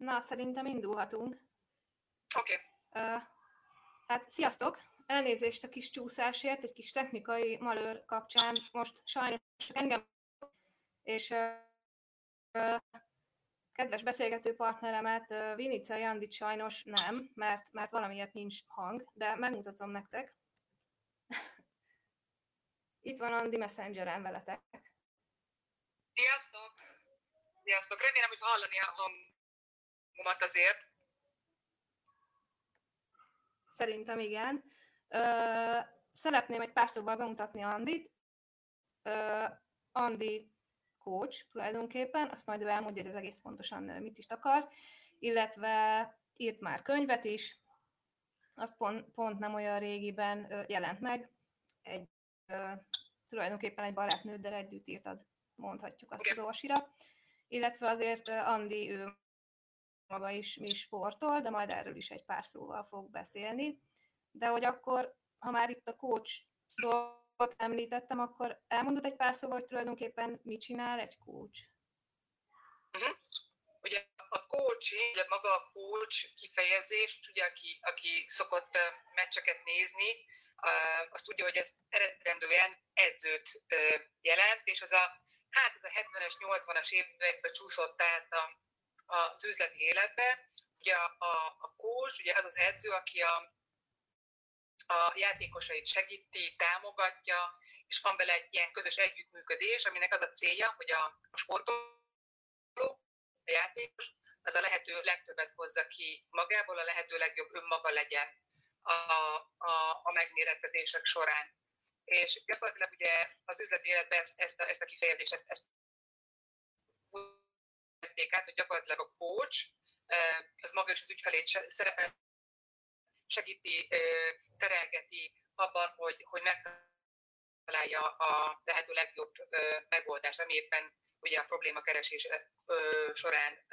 Na, szerintem indulhatunk. Oké. Hát, sziasztok! Elnézést a kis csúszásért, egy kis technikai malőr kapcsán. Most sajnos engem és kedves beszélgető partneremet, Vinica Jandit sajnos nem, mert valamiért nincs hang, de megmutatom nektek. Itt van Andi Messengeren veletek. Sziasztok! Sziasztok! Remélem, hogy hallani a hangomat azért. Szerintem igen. Szeretném egy pár szóval bemutatni Andit. Andi coach tulajdonképpen, azt majd ő elmondja, hogy ez egész pontosan mit is akar, illetve írt már könyvet is, azt pont nem olyan régiben jelent meg, tulajdonképpen egy barátnőddel együtt írtad, mondhatjuk azt az Orsira, illetve azért Andi, ő maga is sportol, de majd erről is egy pár szóval fog beszélni. De hogy akkor, ha már itt a coach dolgot említettem, akkor elmondod egy pár szóval, hogy tulajdonképpen mit csinál egy coach? Ugye a coaching, ugye maga a coach kifejezés, ugye aki szokott meccseket nézni, azt tudja, hogy ez eredendően edzőt jelent, és ez a 70-es, 80-as években csúszott át az üzleti életbe. Ugye a coach, ugye az az edző, aki a játékosait segíti, támogatja, és van bele egy ilyen közös együttműködés, aminek az a célja, hogy a sportoló, a játékos, az a lehető legtöbbet hozza ki magából, a lehető legjobb önmaga legyen a megmérettetések során. És gyakorlatilag ugye az üzleti életben ezt a kifejezést, ezt vették át, hogy gyakorlatilag a coach, az maga is az ügyfelét segíti, terelgeti abban, hogy megtalálja a lehető legjobb megoldást, ami éppen ugye a problémakeresés során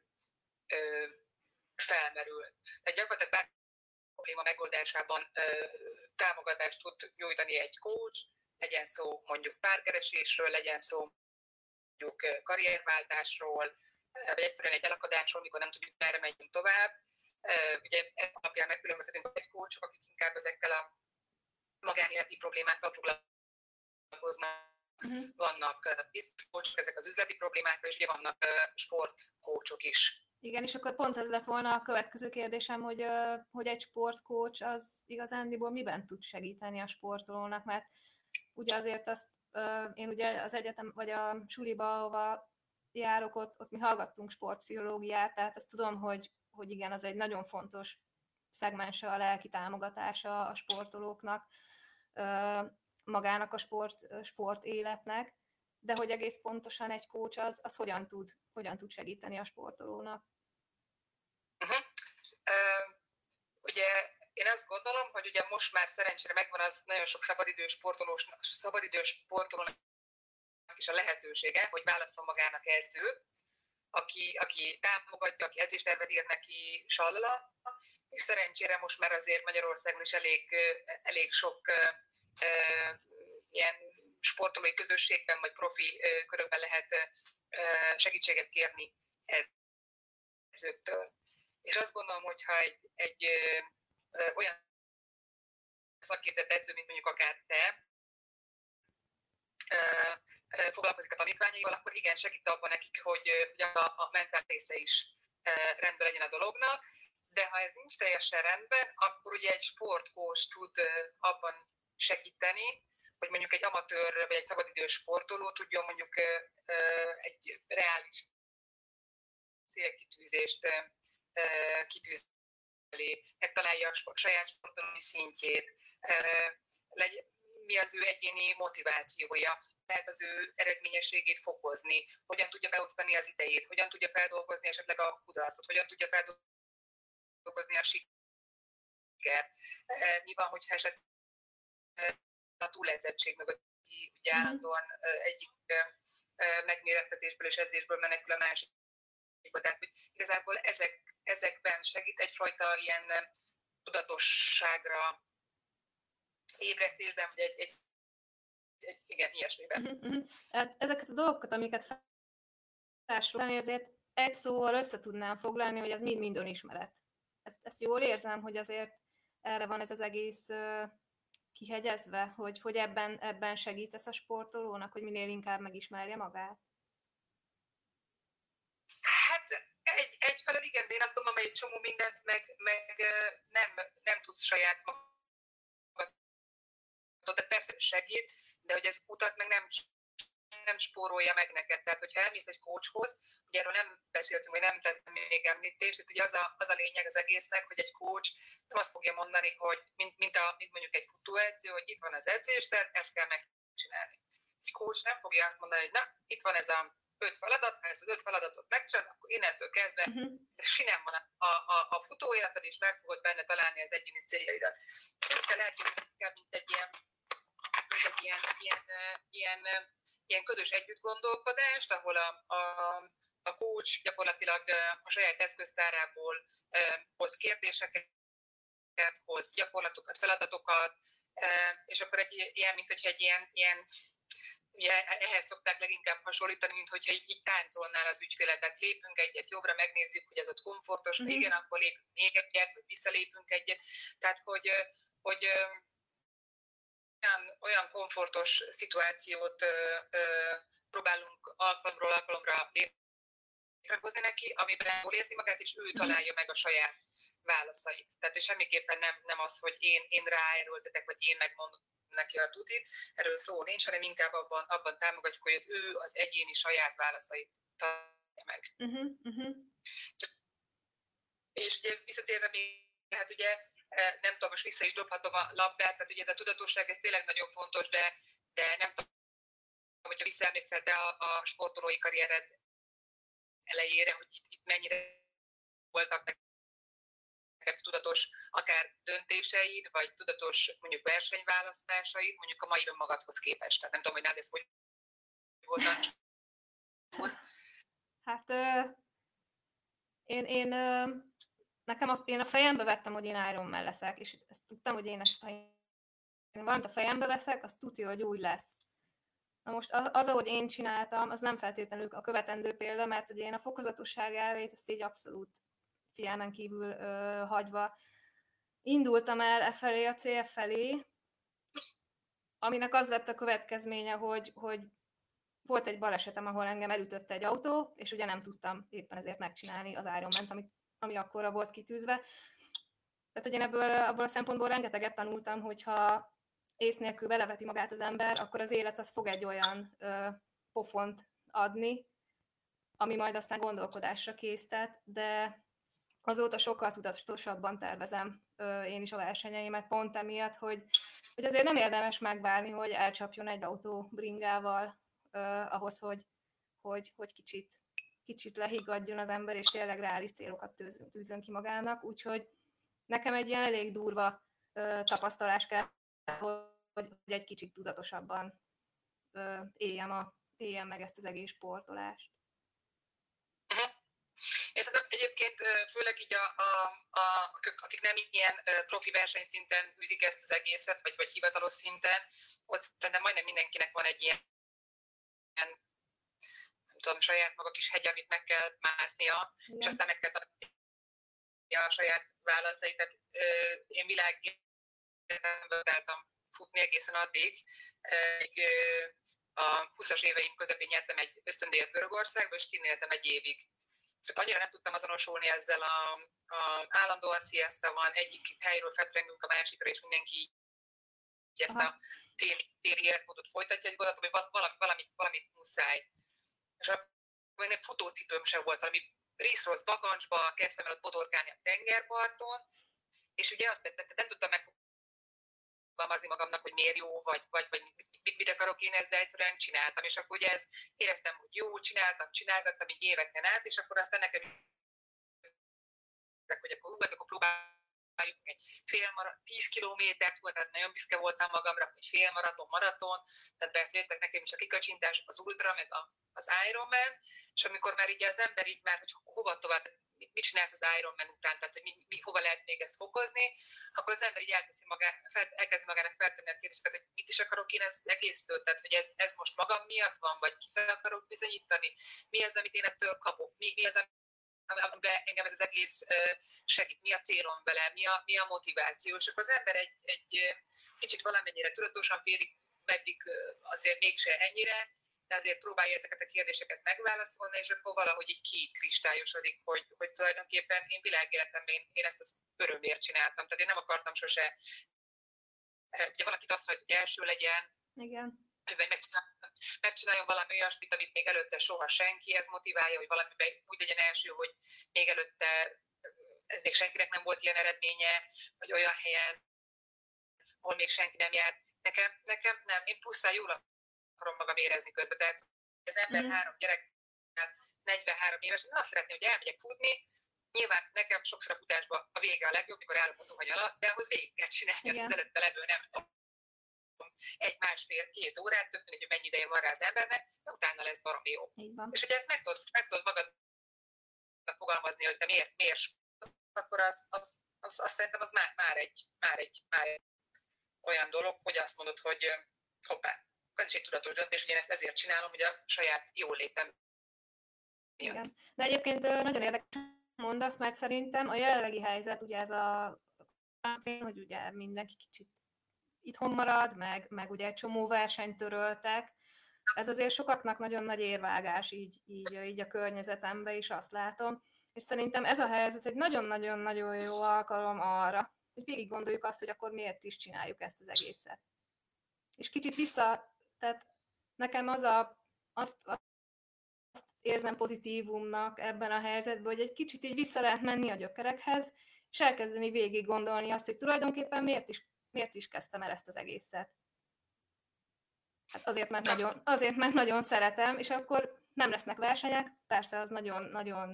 felmerül. Tehát gyakorlatilag bár probléma megoldásában támogatást tud nyújtani egy coach, legyen szó mondjuk párkeresésről, legyen szó mondjuk karrierváltásról, vagy egyszerűen egy elakadásról, mikor nem tudjuk, merre menjünk tovább. Ugye ez alapján megkülönböztetünk egy coachok, akik inkább ezekkel a magánéleti problémákkal foglalkoznak. Vannak business coachok, ezek az üzleti problémákra, és ugye vannak sportcoachok is. Igen, és akkor pont ez lett volna a következő kérdésem, hogy egy sportcoach az igazándiból miben tud segíteni a sportolónak, mert ugye azért azt én ugye az egyetem, vagy a suliba, ahova járok, ott mi hallgattunk sportpszichológiát, tehát azt tudom, hogy igen, az egy nagyon fontos szegmense a lelki támogatása a sportolóknak, magának a sport életnek, de hogy egész pontosan egy coach az hogyan tud segíteni a sportolónak? Ugye én azt gondolom, hogy ugye most már szerencsére megvan az nagyon sok szabadidős sportolónak is a lehetősége, hogy válasszon magának edzőt, aki támogatja, aki edzéstervet ír neki, sallala, és szerencsére most már azért Magyarországon is elég sok ilyen sportolói közösségben, vagy profi körökben lehet segítséget kérni edzőktől. És azt gondolom, hogyha egy olyan szakképzett edző, mint mondjuk akár te, foglalkozik a tanítványaival, akkor igen, segít abban nekik, hogy a mentál része is rendben legyen a dolognak, de ha ez nincs teljesen rendben, akkor ugye egy sportcoach tud abban segíteni, hogy mondjuk egy amatőr vagy egy szabadidős sportoló tudjon mondjuk egy reális célkitűzést kitűzni, megtalálja a saját sportolói szintjét, mi az ő egyéni motivációja, lehet az ő eredményességét fokozni, hogyan tudja beosztani az idejét, hogyan tudja feldolgozni esetleg a kudarcot, hogyan tudja feldolgozni a sikert. Mi van, hogyha esetleg a túledzettség mögött ugye állandóan egyik megmérettetésből és edzésből menekül a másikba. Tehát hogy igazából ezekben segít egyfajta ilyen tudatosságra ébresztésben, vagy egy igen, ilyesmiben. Ezeket a dolgokat, amiket felsorolni, azért egy szóval össze tudnám foglalni, hogy ez mind-mind önismeret. Ezt jól érzem, hogy azért erre van ez az egész kihegyezve, hogy ebben segítesz a sportolónak, hogy minél inkább megismerje magát? Hát egyfelől igen, de én azt gondolom, hogy egy csomó mindent meg nem tudsz saját magad, de persze segít, de hogy ez utat meg nem spórolja meg neked. Tehát, hogyha elmész egy coachhoz, ugye erről nem beszéltünk, vagy nem tettem még említést, itt ugye az a lényeg az egésznek, hogy egy coach nem azt fogja mondani, hogy mint mondjuk egy futóedző, hogy itt van az edzésterv, ezt kell megcsinálni. Egy coach nem fogja azt mondani, hogy na, itt van ez a 5 feladat, ha ezt az 5 feladatot megcsinálod, akkor innentől kezdve sinem van a futóéleted, és meg fogod benne találni az egyéni céljaidat. Úgy lehet, mint egy ilyen közös együttgondolkodást, ahol a coach gyakorlatilag a saját eszköztárából hoz kérdéseket, hoz gyakorlatokat, feladatokat, és akkor egy ilyen, mint hogyha egy ilyen ugye ehhez szokták leginkább hasonlítani, mint hogyha így táncolnál az ügyféletet. Lépünk egyet jobbra, megnézzük, hogy ez ott komfortos, igen, akkor lépünk még egyet, visszalépünk egyet. Tehát, hogy olyan komfortos szituációt próbálunk alkalomról alkalomra létrehozni neki, amiben jól érzi magát, és ő találja meg a saját válaszait. Tehát semmiképpen nem az, hogy én ráerőltetek, vagy én megmondom neki a tutit, erről szó nincs, hanem inkább abban támogatjuk, hogy az egyéni saját válaszait találja meg. És ugye visszatérve még, hát ugye nem tudom, most vissza is dobhatom a labdát, tehát ugye ez a tudatosság, ez tényleg nagyon fontos, de nem tudom, hogyha visszaemlékszel te a sportolói karriered elejére, hogy itt mennyire voltak neked tudatos akár döntéseid, vagy tudatos mondjuk versenyválasztásaid, mondjuk a mai önmagadhoz képest. Tehát nem tudom, hogy nálad ez hogy volt. Hát én a fejembe vettem, hogy én Ironman leszek, és ezt tudtam, hogy én valamit a fejembe veszek, az tudja, hogy úgy lesz. Na most az, ahogy én csináltam, az nem feltétlenül a követendő példa, mert ugye én a fokozatosság elvét azt így abszolút figyelmen kívül hagyva indultam el e felé, a cél felé, aminek az lett a következménye, hogy volt egy balesetem, ahol engem elütött egy autó, és ugye nem tudtam éppen ezért megcsinálni az Ironman-t, ami akkorra volt kitűzve. Tehát, hogy én abból a szempontból rengeteget tanultam, hogyha ész nélkül beleveti magát az ember, akkor az élet az fog egy olyan pofont adni, ami majd aztán gondolkodásra késztet, de azóta sokkal tudatosabban tervezem én is a versenyeimet, pont emiatt, hogy azért nem érdemes megvárni, hogy elcsapjon egy autó bringával ahhoz, hogy kicsit lehiggadjon az ember, és tényleg reális célokat tűzön ki magának. Úgyhogy nekem egy ilyen elég durva tapasztalás kell, hogy egy kicsit tudatosabban éljem meg ezt az egész sportolást. Én szerintem egyébként főleg így akik nem ilyen profi versenyszinten űzik ezt az egészet, vagy hivatalos szinten, ott szerintem majdnem mindenkinek van egy ilyen nem tudom, saját maga kis hegy, amit meg kell másznia, igen. És aztán meg kell találnia a saját válaszait. Tehát én világéletemben találtam futni egészen addig. A 20-as éveim közepén nyertem egy ösztöndíjat Görögországba, és kinéltem egy évig. Tehát annyira nem tudtam azonosulni ezzel állandóan siesta van, egyik helyről fetrengünk a másikra, és mindenki ezt a téli életmódot folytatja, hogy gondoltam, hogy valamit muszáj. És akkor még futócipőm sem volt, valami risz-rossz bakancsba, kezdtem el ott botorkálni a tengerparton, és ugye azt nem tudtam megfogalmazni magamnak, hogy miért jó, vagy mit akarok én ezzel, egyszerűen csináltam, és akkor ugye éreztem, hogy jó, csinálgattam így éveken át, és akkor aztán nekem hogy akkor próbálom egy 10 kilométert volt, tehát nagyon büszke voltam magamra, hogy maraton, tehát beszéltek nekem is a kikacsintások, az ultra, meg az Ironman, és amikor már így az ember így már, hogy hova tovább, mit csinálsz az Ironman után, tehát hogy hova lehet még ezt fokozni, akkor az ember így elkezdi magának feltenni a kérdéseket, hogy mit is akarok én az egészből, tehát hogy ez most magam miatt van, vagy kivel akarok bizonyítani, mi az, amit én ettől kapok, mi az, amiben engem ez az egész segít, mi a célom vele, mi a motiváció, és akkor az ember egy kicsit valamennyire tudatosan félig, meddig azért mégse ennyire, de azért próbálja ezeket a kérdéseket megválaszolni, és akkor valahogy így kikristályosodik, hogy tulajdonképpen én világéletemben én ezt az örömért csináltam, tehát én nem akartam sose, ugye valakit azt mondja, hogy első legyen, igen, vagy megcsináljon valami olyasmit, amit még előtte soha senki, ez motiválja, hogy valamiben úgy legyen első, hogy még előtte ez még senkinek nem volt ilyen eredménye, vagy olyan helyen, ahol még senki nem járt. Nekem nem, én pusztán jól akarom magam érezni közben, tehát az ember 3 gyerek, 43 éves, én azt szeretném, hogy elmegyek futni, nyilván nekem sokszor a futásban a vége a legjobb, mikor állok a zuhany alatt, de ahhoz végig kell csinálni, azt előtte levő nem tudom. 1,5-2 órát, több mindegy, hogy mennyi ideje van rá az embernek, de utána lesz baromi jó. És hogyha ezt meg tudod magad fogalmazni, hogy te miért akkor az szerintem az már egy olyan dolog, hogy azt mondod, hogy hoppá, ez is egy tudatos döntés, hogy én ezt ezért csinálom, hogy a saját jól létem miatt. Igen. De egyébként nagyon érdekes mondasz, mert szerintem a jelenlegi helyzet, ugye ez a hogy ugye mindenki kicsit itthon marad, meg ugye egy csomó versenyt töröltek. Ez azért sokaknak nagyon nagy érvágás így a környezetemben is, azt látom. És szerintem ez a helyzet egy nagyon-nagyon-nagyon jó alkalom arra, hogy végig gondoljuk azt, hogy akkor miért is csináljuk ezt az egészet. És kicsit tehát nekem azt érzem pozitívumnak ebben a helyzetben, hogy egy kicsit így vissza lehet menni a gyökerekhez, és elkezdeni végig gondolni azt, hogy tulajdonképpen miért is kezdtem el ezt az egészet. Hát azért, mert nagyon szeretem, és akkor nem lesznek versenyek, persze az nagyon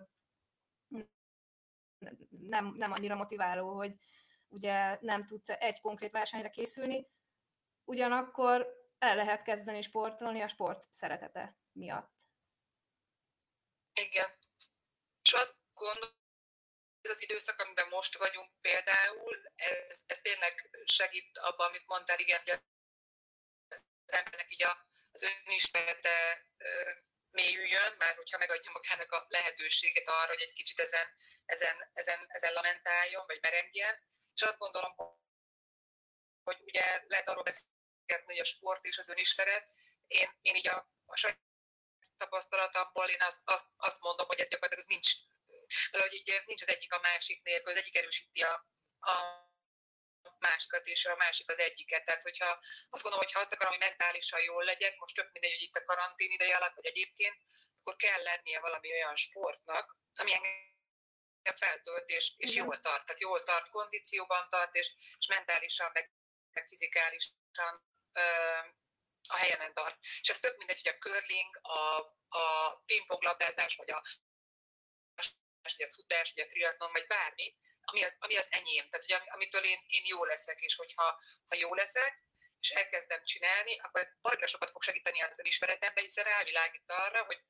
nem annyira motiváló, hogy ugye nem tudsz egy konkrét versenyre készülni, ugyanakkor el lehet kezdeni sportolni a sport szeretete miatt. Igen. És azt gondolom, ez az időszak, amiben most vagyunk például, ez tényleg segít abban, amit mondtál, igen, hogy az embernek így az önismerete mélyüljön, már hogyha megadja magának a lehetőséget arra, hogy egy kicsit ezen lamentáljon, vagy merengjen. És azt gondolom, hogy ugye lehet arról beszélgetni, hogy a sport és az önismeret. Én így a saját tapasztalatomból én azt mondom, hogy ez gyakorlatilag nincs az egyik a másik nélkül, az egyik erősíti a másikat, és a másik az egyiket. Tehát, hogyha azt gondolom, hogy ha azt akarom, hogy mentálisan jól legyek, most tök mindegy, hogy itt a karantén ideje alatt, vagy egyébként, akkor kell lennie valami olyan sportnak, ami engem feltölt, és jól tart. Tehát jól tart, kondícióban tart, és mentálisan, meg fizikálisan a helyemen tart. És ez tök mindegy, hogy a curling, a pingponglabdázás, vagy a futás, vagy a triatlon, vagy bármi, ami az enyém. Tehát, hogy amitől én jó leszek, és hogyha jó leszek, és elkezdem csinálni, akkor valami sokat fog segíteni az önismeretemben, hiszen rávilágít arra, hogy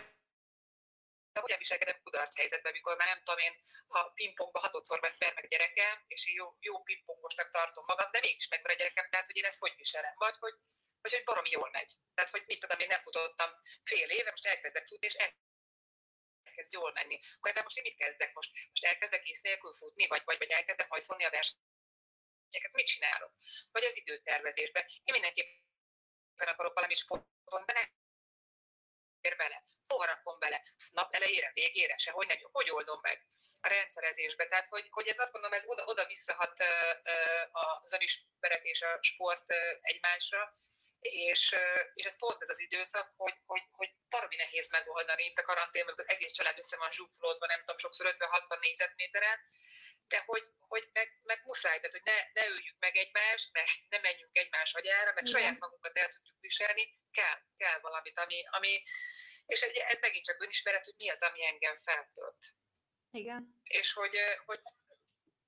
hogyan viselkedem kudarc helyzetben, mikor már nem tudom én, a pingpongba 6-szor ver meg a gyerekem, és jó pingpongosnak tartom magam, de mégis megvan a gyerekem, tehát hogy én ezt hogy viselem, vagy hogy baromi jól megy. Tehát, hogy mit tudom, én nem futottam fél éve, most elkezdek futni, és elkezd jól menni. Akkor ebben most én mit kezdek? Most elkezdek ész nélkül futni, vagy elkezdem hajszolni a versenyeket? Mit csinálok? Vagy az időtervezésben. Én mindenképpen akarok valami sporton, de nem ér bele. Hova rakom bele? Nap elejére, végére, sehogy nem. Hogy oldom meg a rendszerezésbe? Tehát, hogy ez azt mondom, ez oda visszahat az önismeret és a sport egymásra, és ez pont ez az időszak, hogy baromi nehéz megoldani itt a karanténban, az egész család össze van zsúfolódva, nem tudom, sokszor 50-60 négyzetméteren, de hogy meg muszáj, tehát hogy ne öljük meg egymást, meg ne menjünk egymás agyára, meg saját magunkat el tudjuk viselni, kell valamit, ami és ez megint csak önismeret, hogy mi az, ami engem feltölt. Igen. És hogy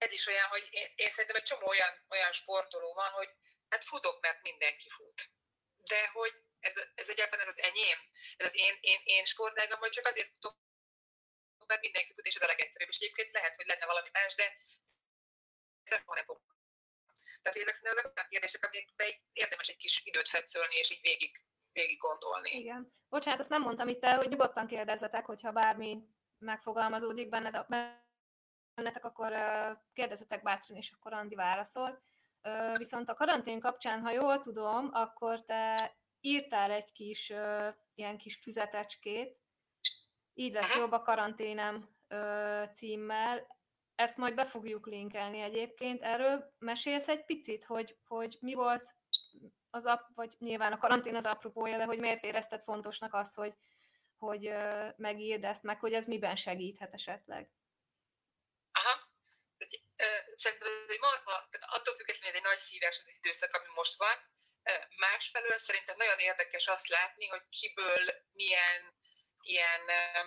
ez is olyan, hogy én szerintem egy csomó olyan sportoló van, hogy hát futok, mert mindenki fut. De hogy ez egyáltalán ez az enyém, ez az én sportágam, vagy csak azért futok, mert mindenki fut, és ez a legegyszerűbb. És egyébként lehet, hogy lenne valami más, de ezek nem fog. Tehát ezek szerintem azok olyan kérdések, amikbe érdemes egy kis időt fetszölni, és így végig gondolni. Igen. Bocsánat, azt nem mondtam itt el, hogy nyugodtan kérdezzetek, hogyha bármi megfogalmazódik bennetek, akkor kérdezzetek bátran, és akkor Andi válaszol. Viszont a karantén kapcsán, ha jól tudom, akkor te írtál egy kis ilyen kis füzetecskét, így lesz jobb a karanténem címmel. Ezt majd be fogjuk linkelni egyébként. Erről mesélsz egy picit, hogy mi volt vagy nyilván a karantén az apropója, de hogy miért érezted fontosnak azt, hogy megírd ezt, meg hogy ez miben segíthet esetleg? Aha. Szerintem ez egy marha, attól függetlenül ez egy nagy szívás az időszak, ami most van. Másfelől szerintem nagyon érdekes azt látni, hogy kiből milyen ilyen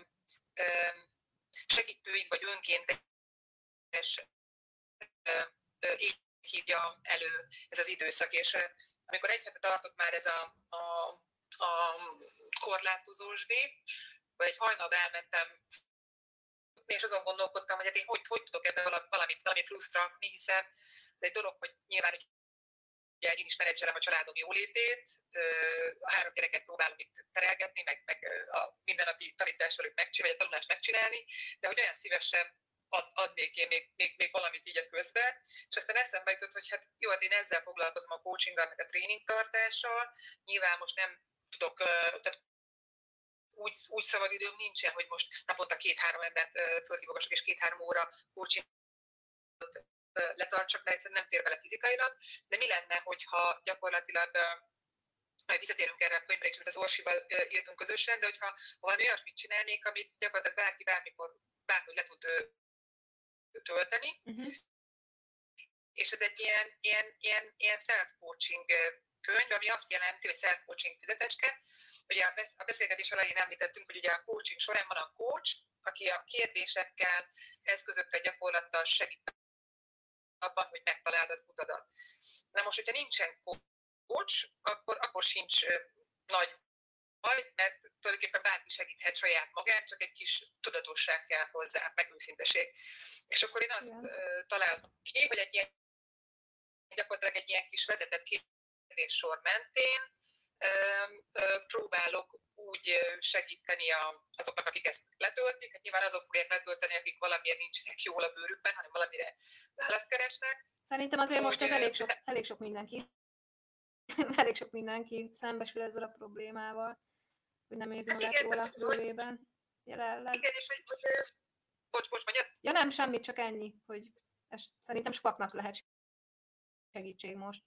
segítőink vagy önkéntes így hívja elő ez az időszak, és amikor egy hete tartott már ez a korlátozósdi, vagy egy hajnalba elmentem, és azon gondolkodtam, hogy hát én hogy tudok ebbe valami pluszt rakni, hiszen ez egy dolog, hogy nyilván ugye én is menedzserem a családom jólétét, a 3 gyereket próbálom itt terelgetni, meg a mindennapi tanítást vagy a tanulást megcsinálni, de hogy olyan szívesen adnék én még valamit így a közben, és aztán eszembe jutott, hogy hát jó, hát én ezzel foglalkozom a coachinggal, meg a tréningtartással, nyilván most nem tudok, tehát úgy szabadidőm nincsen, hogy most naponta 2-3 embert fölhívogassak, és 2-3 óra coachingot letartsak, de egyszerűen nem fér bele fizikailag, de mi lenne, hogyha gyakorlatilag majd visszatérünk erre a könyvre is, amit az Orsival írtunk közösen, de hogyha valami olyasmit csinálnék, amit gyakorlatilag bárki bármikor bárhogy le tud tölteni, és ez egy ilyen self-coaching könyv, ami azt jelenti, hogy self-coaching füzetecske. Ugye a beszélgetés elején említettünk, hogy ugye a coaching során van a coach, aki a kérdésekkel, eszközökkel, gyakorlattal segít abban, hogy megtaláld az utadat. Na most, hogyha nincsen coach, akkor sincs nagy baj, mert tulajdonképpen bárki segíthet saját magát, csak egy kis tudatosság kell hozzá, meg őszinteség. És akkor én azt találtam ki, hogy gyakorlatilag egy ilyen kis vezetett kérdéssor mentén próbálok úgy segíteni azoknak, akik ezt letöltik. Hát nyilván azok fogják letölteni, akik valamiért nincsenek jól a bőrükben, hanem valamire választ keresnek. Szerintem azért most ez elég sok mindenki. Elég sok mindenki szembesül ezzel a problémával, hogy nem érzi magát jól a bőrében jelenleg. Igen, és hogy bocs, mondjad? Ja nem, semmit, csak ennyi, hogy ez szerintem sokaknak lehet segítség most.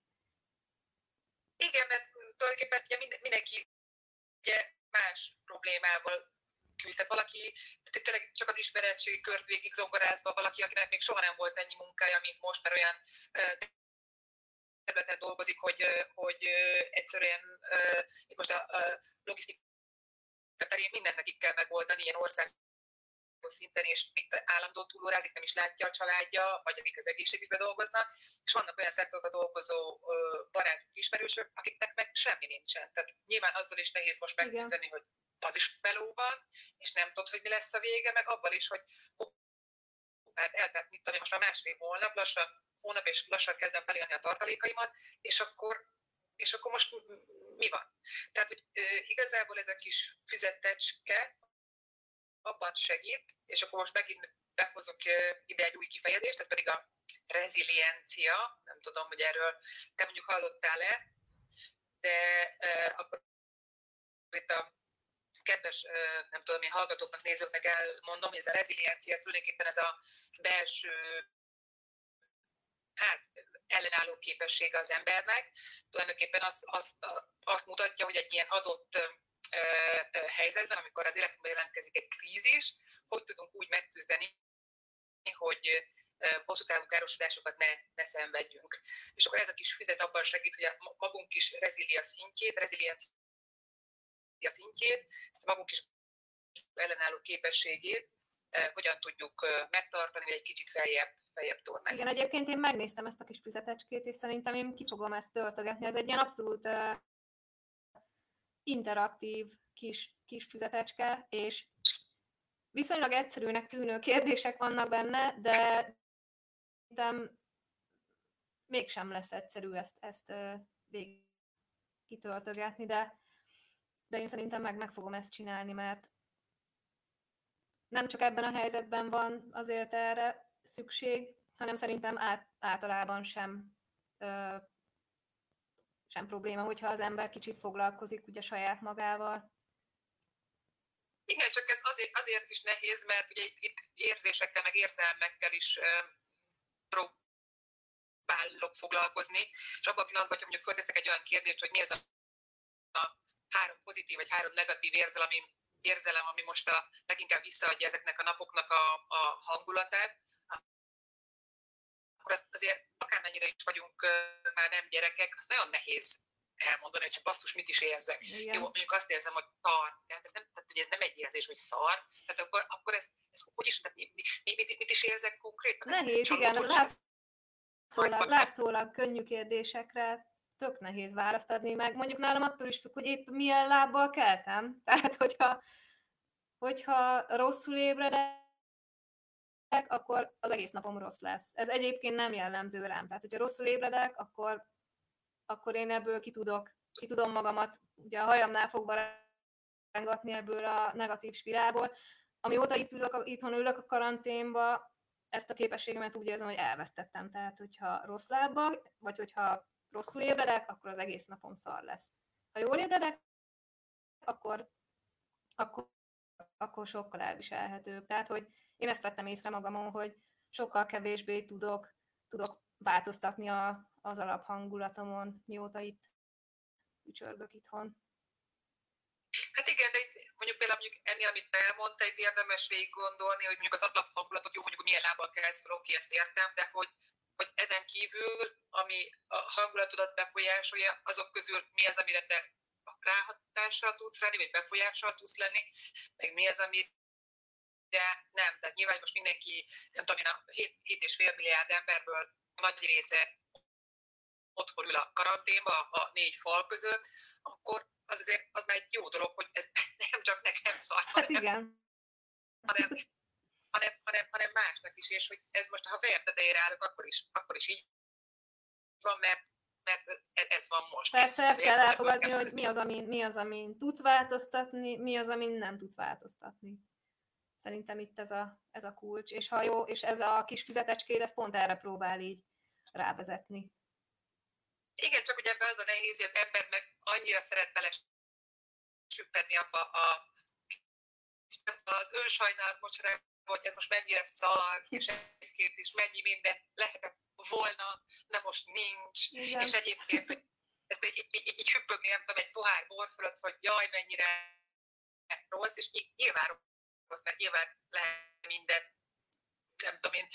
Igen, mert tulajdonképpen ugye mindenki ugye más problémával küzd. Tehát valaki tényleg csak az ismeretségi kört végig zongorázva, valaki, akinek még soha nem volt ennyi munkája, mint most, mert olyan területen dolgozik, hogy egyszerűen itt most a logisztika terén mindent nekik kell megoldani ilyen országos szinten, és itt állandó túlórázik, nem is látja a családja, vagy akik az egészségügyben dolgoznak, és vannak olyan szektorban dolgozó barátok, ismerősök, akiknek meg semmi nincsen. Tehát nyilván azzal is nehéz most megküzdeni, hogy az is meló van, és nem tudod, hogy mi lesz a vége, meg abban is, hogy hát eltelt, mit tudom, most már másfél hónap, és lassan kezdem felélni a tartalékaimat, és akkor most mi van? Tehát, hogy igazából ez a kis füzetecske abban segít, és akkor most megint behozok ide egy új kifejezést, ez pedig a reziliencia, nem tudom, hogy erről te mondjuk hallottál-e, de akkor itt a kedves, nem tudom, én hallgatóknak, nézőknek elmondom, hogy ez a reziliencia tulajdonképpen ez a belső ellenálló képessége az embernek. Tulajdonképpen azt mutatja, hogy egy ilyen adott helyzetben, amikor az életünkben jelentkezik egy krízis, hogy tudunk úgy megküzdeni, hogy hosszú távú károsodásokat ne szenvedjünk. És akkor ez a kis füzet abban segít, hogy a magunk is reziliencia szintjét, ezt a magunk is ellenálló képességét hogyan tudjuk megtartani, vagy egy kicsit feljebb tornázni. Igen, egyébként én megnéztem ezt a kis füzetecskét, és szerintem én ki fogom ezt töltögetni. Ez egy ilyen abszolút interaktív kis füzetecske, és viszonylag egyszerűnek tűnő kérdések vannak benne, de szerintem mégsem lesz egyszerű ezt végig kitöltögetni, de én szerintem meg fogom ezt csinálni, mert nem csak ebben a helyzetben van azért erre szükség, hanem szerintem általában sem probléma, hogyha az ember kicsit foglalkozik ugye saját magával. Igen, csak ez azért is nehéz, mert ugye itt érzésekkel, meg érzelmekkel is próbálok foglalkozni, és abban a pillanatban, hogyha mondjuk fölteszek egy olyan kérdést, hogy mi ez a 3 pozitív vagy 3 negatív érzelem, ami most leginkább visszaadja ezeknek a napoknak a hangulatát, akkor azt azért akármennyire is vagyunk már nem gyerekek, az nagyon nehéz elmondani, hogy basszus, mit is érzek. Igen. Jó, mondjuk azt érzem, hogy szar. Tehát ez nem egy érzés, hogy szar. Tehát akkor ez hogy is, mit is érzek konkrétan? Nehéz, igen. Látszólag könnyű kérdésekre tök nehéz választ adni, meg mondjuk nálam attól is függ, hogy épp milyen lábbal keltem. Tehát, hogyha rosszul ébredek, akkor az egész napom rossz lesz. Ez egyébként nem jellemző rám. Tehát, hogyha rosszul ébredek, akkor én ebből ki tudom magamat, ugye a hajamnál fogva rángatni ebből a negatív spirálból. Amióta itthon ülök a karanténba, ezt a képességemet úgy érzem, hogy elvesztettem. Tehát, hogyha rossz lábba, vagy hogyha rosszul ébredek, akkor az egész napom szar lesz. Ha jól ébredek, akkor sokkal elviselhetőbb. Tehát, hogy én ezt vettem észre magamon, hogy sokkal kevésbé tudok változtatni az alaphangulatomon, mióta itt ücsörgök itthon. Hát igen, de itt mondjuk ennél, amit elmondta, itt érdemes végig gondolni, hogy mondjuk az alaphangulatot, jó, mondjuk milyen lábbal kelsz fel, oké, ezt értem, de hogy ezen kívül, ami a hangulatodat befolyásolja, azok közül mi az, amire te ráhatással tudsz lenni, vagy befolyással tudsz lenni, meg mi az, amire nem. Tehát nyilván most mindenki, nem tudom én, a 7,5 milliárd emberből nagy része otthon ül a karanténba, a 4 fal között, akkor az már egy jó dolog, hogy ez nem csak nekem szar, hanem másnak is, és hogy ez most, ha fejem tetejére állok, akkor is így van, mert ez van most. Persze ezt kell elfogadni, hogy mi az, amin tudsz változtatni, mi az, amin nem tudsz változtatni. Szerintem itt ez a kulcs, és ha jó, és ez a kis füzetecskére, ez pont erre próbál így rávezetni. Igen, csak ugye ebben az a nehéz, hogy az ember meg annyira szeret bele süppedni abba az önsajnálat mocsarába, hogy ez most mennyire szar, és egyébként is mennyi minden lehetett volna, de most nincs. Igen. És egyébként, hogy ezt így hüppögni, nem tudom, egy pohár bor fölött, hogy jaj, mennyire rossz, és nyilván rossz, mert nyilván lehet minden, nem tudom én,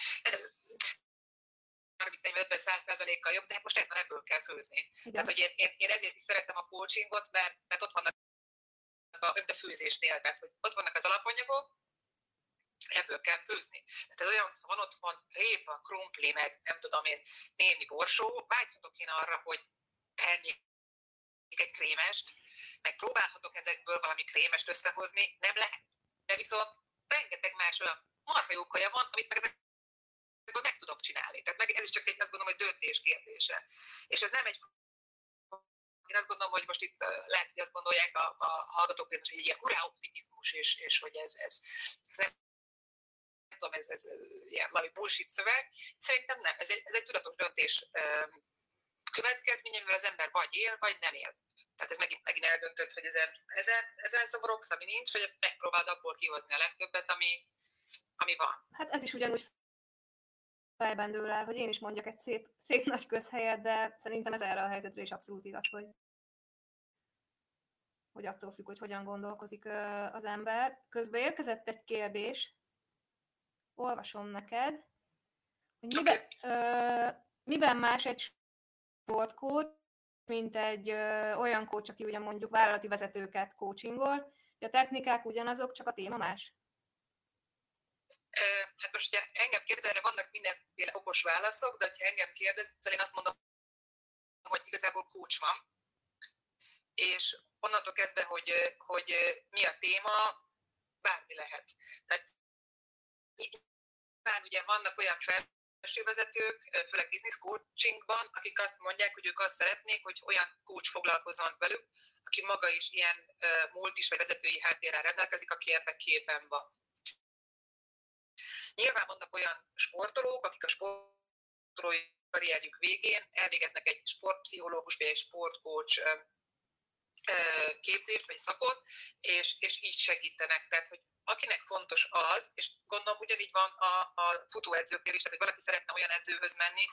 30-50-100%-kal jobb, de hát most ebből kell főzni. Igen. Tehát, hogy én ezért is szeretem a coachingot, mert ott vannak a főzésnél, tehát hogy ott vannak az alapanyagok, ebből kell főzni. Tehát ez olyan, ha van otthon répa, krumpli, meg nem tudom én, némi borsó, vágyhatok én arra, hogy tennék egy krémest, meg próbálhatok ezekből valami krémest összehozni, nem lehet. De viszont rengeteg más olyan marha jó kaja van, amit meg ezekből meg tudok csinálni. Tehát meg ez is csak azt gondolom, hogy döntés kérdése. És ez nem egy... Én azt gondolom, hogy most itt lehet, hogy azt gondolják a hallgatók, hogy egy ilyen hurrá optimizmus, és hogy ez nem tudom, ez ilyen valami bullshit szöveg. Szerintem nem. Ez egy tudatos döntés következménye, mivel az ember vagy él, vagy nem él. Tehát ez megint eldöntött, hogy ezen szoborogsz, ami nincs, vagy megpróbáld abból kihozni a legtöbbet, ami van. Hát ez is ugyanúgy fejben dől el, hogy én is mondjak egy szép nagy közhelyet, de szerintem ez erre a helyzetre is abszolút igaz, hogy attól függ, hogy hogyan gondolkozik az ember. Közben érkezett egy kérdés, olvasom neked, hogy miben más egy sportcoach, mint egy olyan coach, aki ugye mondjuk vállalati vezetőket coachingol, hogy a technikák ugyanazok, csak a téma más? Hát most ugye engem kérdezel, vannak mindenféle okos válaszok, de ha engem kérdezel, én azt mondom, hogy igazából coach van, és onnantól kezdve, hogy mi a téma, bármi lehet. Tehát már ugye vannak olyan felsővezetők, főleg business coachingban, akik azt mondják, hogy ők azt szeretnék, hogy olyan coach foglalkozzon velük, aki maga is ilyen multis vagy vezetői háttérrel rendelkezik, aki ebben képben van. Nyilván vannak olyan sportolók, akik a sportolói karrierjük végén elvégeznek egy sportpszichológus vagy egy sportcoach képzést vagy szakot, és így segítenek. Tehát, hogy akinek fontos az, és gondolom ugyanígy van a futóedzőknél is, tehát hogy valaki szeretne olyan edzőhöz menni,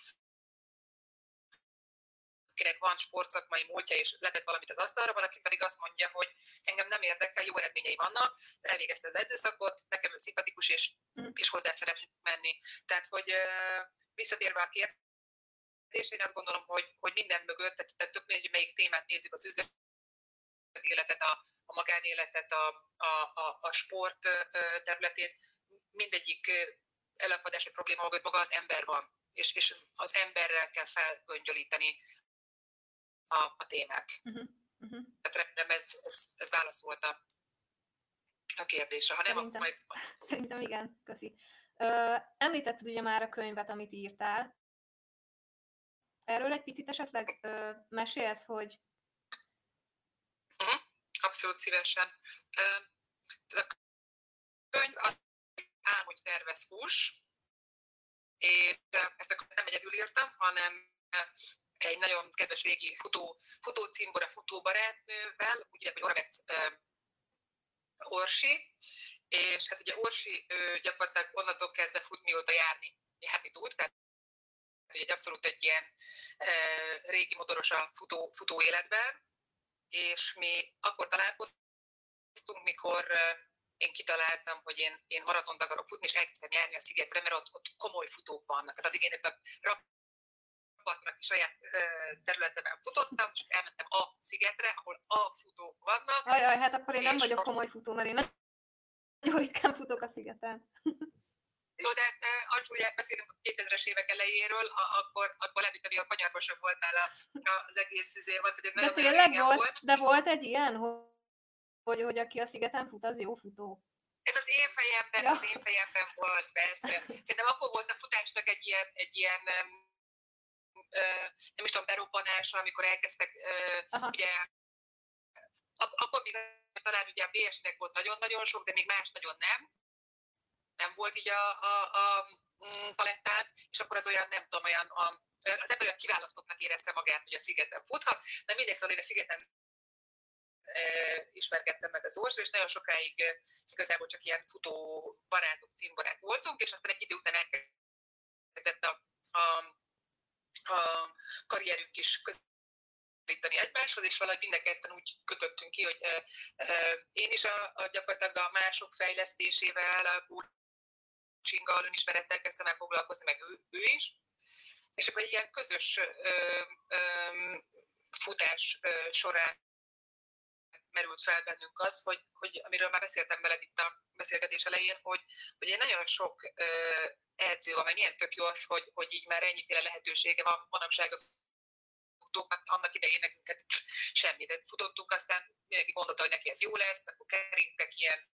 akinek van sportszakmai múltja, és letett valamit az asztalra, valaki pedig azt mondja, hogy engem nem érdekel, jó eredményei vannak, elvégezte az edzőszakot, nekem ő szimpatikus, és hozzá szeretnék menni. Tehát, hogy visszatérve a kérdésre, én azt gondolom, hogy minden mögött, tehát tök mindegy, hogy melyik témát nézzük, az üzleti életet, a magánéletet, a sport területén, mindegyik elakadás vagy probléma mögött maga az ember van, és az emberrel kell felgöngyölíteni a témát. Tehát remélem ez válaszolt a kérdésre. Ha nem, akkor majd... Szerintem igen, köszi. Említetted ugye már a könyvet, amit írtál. Erről egy picit esetleg mesélsz, hogy... Abszolút szívesen. Ez a könyv Ám, hogy tervez, fuss, és ezt a könyvet nem egyedül írtam, hanem egy nagyon kedves régi futó cimbora, futóbarátnővel, úgy hívják, hogy Oravec Orsi, és hát ugye Orsi gyakorlatilag onnantól kezdve futni, mióta járni tud, tehát egy abszolút egy ilyen régi motoros a futó életben, és mi akkor találkoztunk, mikor én kitaláltam, hogy én maratont akarok futni, és elkezdtem járni a szigetre, mert ott komoly futók vannak. Tehát addig én itt a rakparton a saját területemben futottam, és elmentem a szigetre, ahol a futók vannak. Ajaj, hát akkor én nem vagyok komoly futó, mert én nagyon ritkán futok a szigeten. No, de Ancsúlyát beszélünk a 2000-es évek elejéről, akkor lehet, hogy a kanyarbosabb voltál az egész üzévat. De tényleg volt, de volt egy ilyen, hogy aki a szigeten fut, az jó futó. Ez az én fejemben volt, persze. Szerintem akkor volt a futásnak egy ilyen nem is tudom, berobbanása, amikor elkezdtek, ugye, akkor még talán ugye a BS-nek volt nagyon-nagyon sok, de még más nagyon nem volt így a palettán, és akkor az olyan, nem tudom, az ember olyan kiválasztottnak érezte magát, hogy a szigeten futhat, de mindegy, szóval én a szigeten ismerkedtem meg az Orsi, és nagyon sokáig igazából csak ilyen futó barátok, címbarák voltunk, és aztán egy idő után elkezdett a karrierünk is közelíteni egymáshoz, és valahogy mind a ketten úgy kötöttünk ki, hogy én is gyakorlatilag a mások fejlesztésével, a coachinggal, önismerettel kezdtem el foglalkozni, meg ő is. És akkor egy ilyen közös futás során merült fel bennünk az, hogy amiről már beszéltem veled itt a beszélgetés elején, hogy egy nagyon sok edző van, mert milyen tök jó az, hogy így már ennyiféle lehetősége van manapság a futóknak, annak idején nekünk semmit. De futottunk, aztán mindenki gondolta, hogy neki ez jó lesz, akkor keringtek ilyen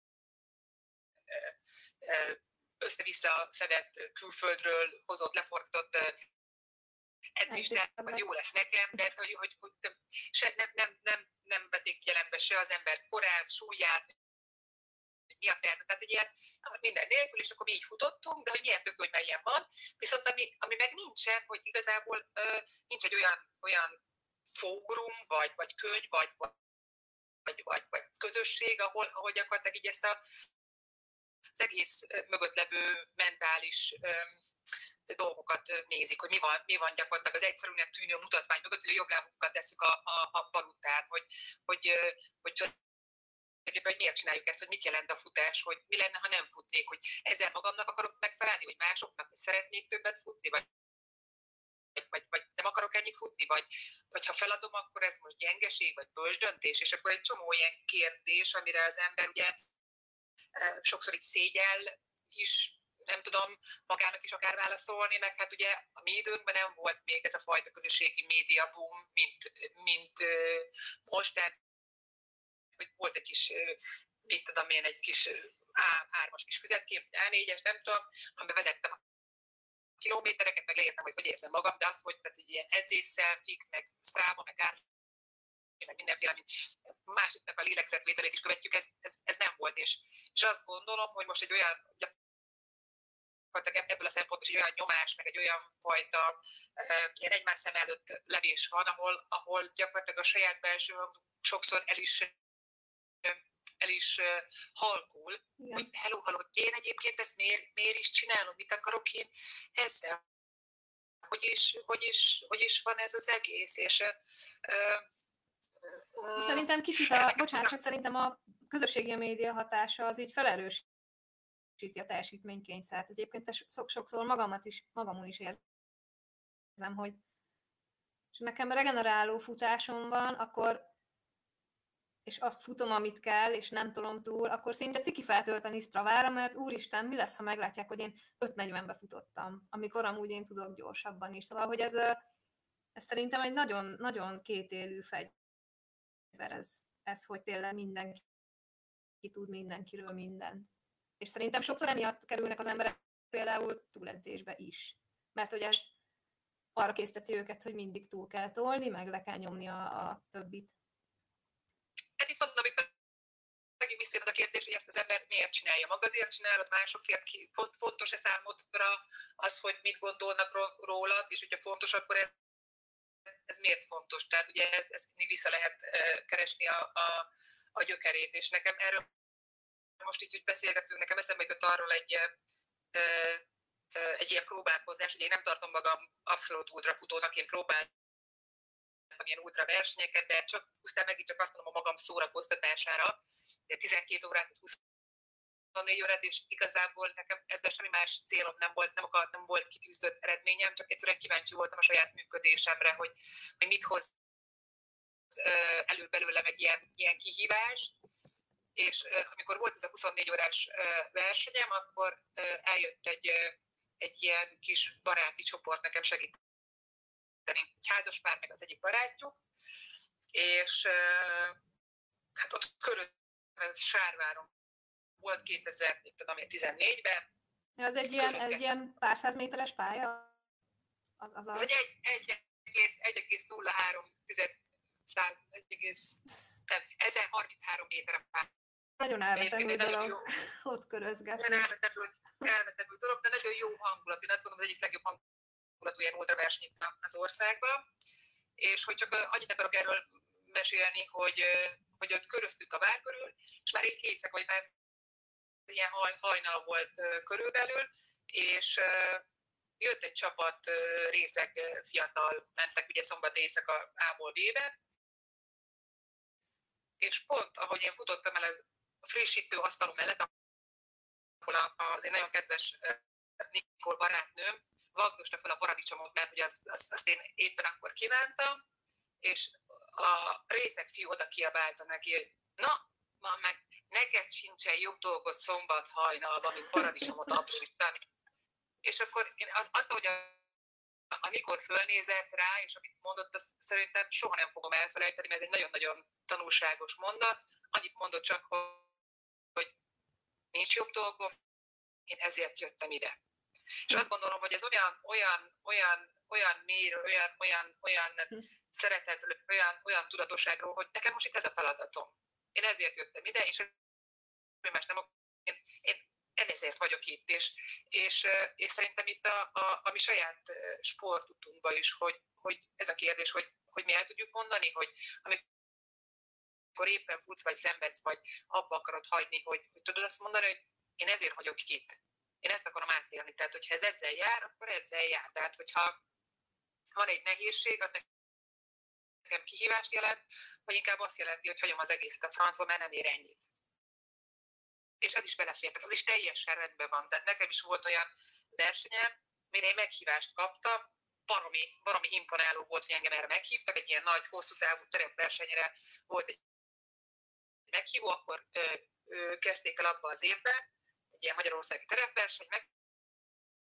össze-vissza szedett külföldről hozott, lefordított edzést, az jó lesz nekem, de hogy nem vették figyelembe se az ember korát, súlyát, mi a terve, tehát egy ilyen minden nélkül, és akkor mi így futottunk, de hogy milyen tök, hogy melyen van. Viszont ami meg nincsen, hogy igazából nincs egy olyan fórum, vagy könyv, vagy közösség, ahol gyakorlatilag így ezt az egész mögött levő mentális dolgokat nézik, hogy mi van gyakorlatilag az egyszerűen tűnő mutatvány mögött, hogy a jobb lábunkat tesszük a bal után, hogy miért csináljuk ezt, hogy mit jelent a futás, hogy mi lenne, ha nem futnék, hogy ezzel magamnak akarok megfelelni, vagy másoknak szeretnék többet futni, vagy nem akarok ennyit futni, vagy ha feladom, akkor ez most gyengeség, vagy bölcs döntés, és akkor egy csomó ilyen kérdés, amire az ember ugye sokszor így szégyel is nem tudom magának is akár válaszolni, meg hát ugye a mi időnkben nem volt még ez a fajta közösségi média boom, mint most, tehát hogy volt egy kis, mit tudom én, egy kis A3-as kis füzetkép, A4-es, nem tudom, amiben vezettem a kilométereket, meg leírtam, hogy érzem magam, de az, hogy tehát ilyen edzésszelfik, meg Strava, meg mindenféle, mint másiknak a lélegzetvételét is követjük, ez nem volt, és azt gondolom, hogy most egy olyan, ebből a szempontból egy olyan nyomás, meg egy olyan fajta ilyen egymás szem előtt levés van, ahol gyakorlatilag a saját belső sokszor el is halkul, igen. Hogy hello, én egyébként ezt miért is csinálom, mit akarok én ezzel, hogy is van ez az egész, és szerintem kicsit szerintem a közösségi média hatása az így felerősíti a teljesítménykényszert. Egyébként sokszor magamon is érzem, hogy és nekem regeneráló futásom van, akkor és azt futom, amit kell, és nem tolom túl, akkor szinte ciki feltölteni Stravára, mert úristen, mi lesz, ha meglátják, hogy én 5:40-be futottam, amikor amúgy én tudok gyorsabban is. Szóval, hogy ez szerintem egy nagyon, nagyon kétélű fegyver, ez, hogy tényleg mindenki tud mindenkiről mindent. És szerintem sokszor emiatt kerülnek az emberek például túledzésbe is. Mert hogy ez arra készteti őket, hogy mindig túl kell tolni, meg le kell nyomni a többit. Hát itt mondom, hogy megint visszajön az a kérdés, hogy ezt az ember miért csinálja, magadért csinálod, másokért, fontos-e számodra az, hogy mit gondolnak rólad, és hogyha fontos, akkor ez miért fontos? Tehát ugye ez mindig vissza lehet keresni a gyökerét, és nekem erről most így, hogy beszélgetünk, nekem eszembe jutott arról egy ilyen próbálkozás, hogy én nem tartom magam abszolút ultrafutónak, én próbáltam ilyen ultra versenyeket, de pusztán megint csak azt mondom a magam szórakoztatására, 12 órát, 24 órát, és igazából nekem ezzel semmi más célom nem volt, nem volt kitűzött eredményem, csak egyszerűen kíváncsi voltam a saját működésemre, hogy mit hoz elő belőlem egy ilyen kihívás, és amikor volt ez a 24 órás versenyem, akkor eljött egy ilyen kis baráti csoport nekem segíteni. Egy házas pár, meg az egyik barátjuk, és hát ott körül Sárváron volt 2014-ben. Ez egy ilyen pár száz méteres pálya? Ez egy 1,03 1033 méter pálya. Nagyon elvetemű dolog, ott körözgetni. Elvetemű dolog, de nagyon jó hangulat. Én azt gondolom, az egyik legjobb hangulatú ilyen ultraverseny itt az országban. És hogy csak annyit akarok erről mesélni, hogy ott köröztük a vár körül, és már éjszaka, vagy már ilyen hajnal volt körülbelül, és jött egy csapat részeg fiatal, mentek ugye szombat éjszaka A-ból B-be, és pont ahogy én futottam el a frissítő asztalom mellett, ahol az én nagyon kedves Nikol barátnőm vagdosta fel a paradicsomot, mert ugye azt én éppen akkor kívántam, és a részeg fiú oda kiabálta neki, hogy na, meg neked sincsen jobb dolgod szombat hajnalban, mint paradicsomot aprítani. És akkor én azt, hogy a Nikol fölnézett rá, és amit mondott, azt szerintem soha nem fogom elfelejteni, mert ez egy nagyon-nagyon tanulságos mondat. Annyit mondott csak, hogy nincs jobb dolgom, én ezért jöttem ide. És azt gondolom, hogy ez olyan mélyről, olyan szeretetről, olyan tudatosságról, hogy nekem most itt ez a feladatom. Én ezért jöttem ide, és más nem, én ezért vagyok itt, és szerintem itt a mi saját sportutunkban is, hogy ez a kérdés, hogy mi el tudjuk mondani, hogy amikor éppen futsz, vagy szenvedsz, vagy abba akarod hagyni, hogy tudod azt mondani, hogy én ezért vagyok itt. Én ezt akarom átélni. Tehát, hogyha ez ezzel jár, akkor ezzel jár. Tehát, hogyha van egy nehézség, az nekem kihívást jelent, vagy inkább azt jelenti, hogy hagyom az egészet a francba, mert nem ér ennyit. És ez is belefér, tehát az is teljesen rendben van. Tehát nekem is volt olyan versenyem, mire én meghívást kaptam, baromi imponáló volt, hogy engem erre meghívtak, egy ilyen nagy, hosszú távú terepversenyre volt egy meghívó, akkor kezdték el abba az évben, egy ilyen magyarországi terepverseny,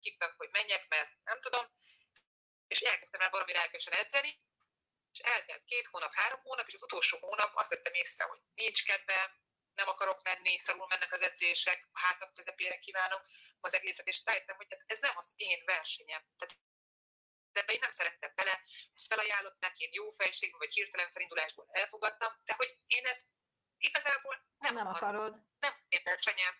hívtak, hogy menjek, mert nem tudom, és elkezdtem el valami lelkesen edzeni, és eltelt 2 hónap, 3 hónap, és az utolsó hónap azt vettem észre, hogy nincs kedvem, nem akarok menni, szarul mennek az edzések, a hátam közepére kívánom az egészet, és rájöttem, hogy ez nem az én versenyem. Tehát ebbe én nem szerettem bele, ezt felajánlották, én jó fejségben, vagy hirtelen felindulásból elfogadtam, de hogy én ezt igazából nem akarod. Nem én versenyem.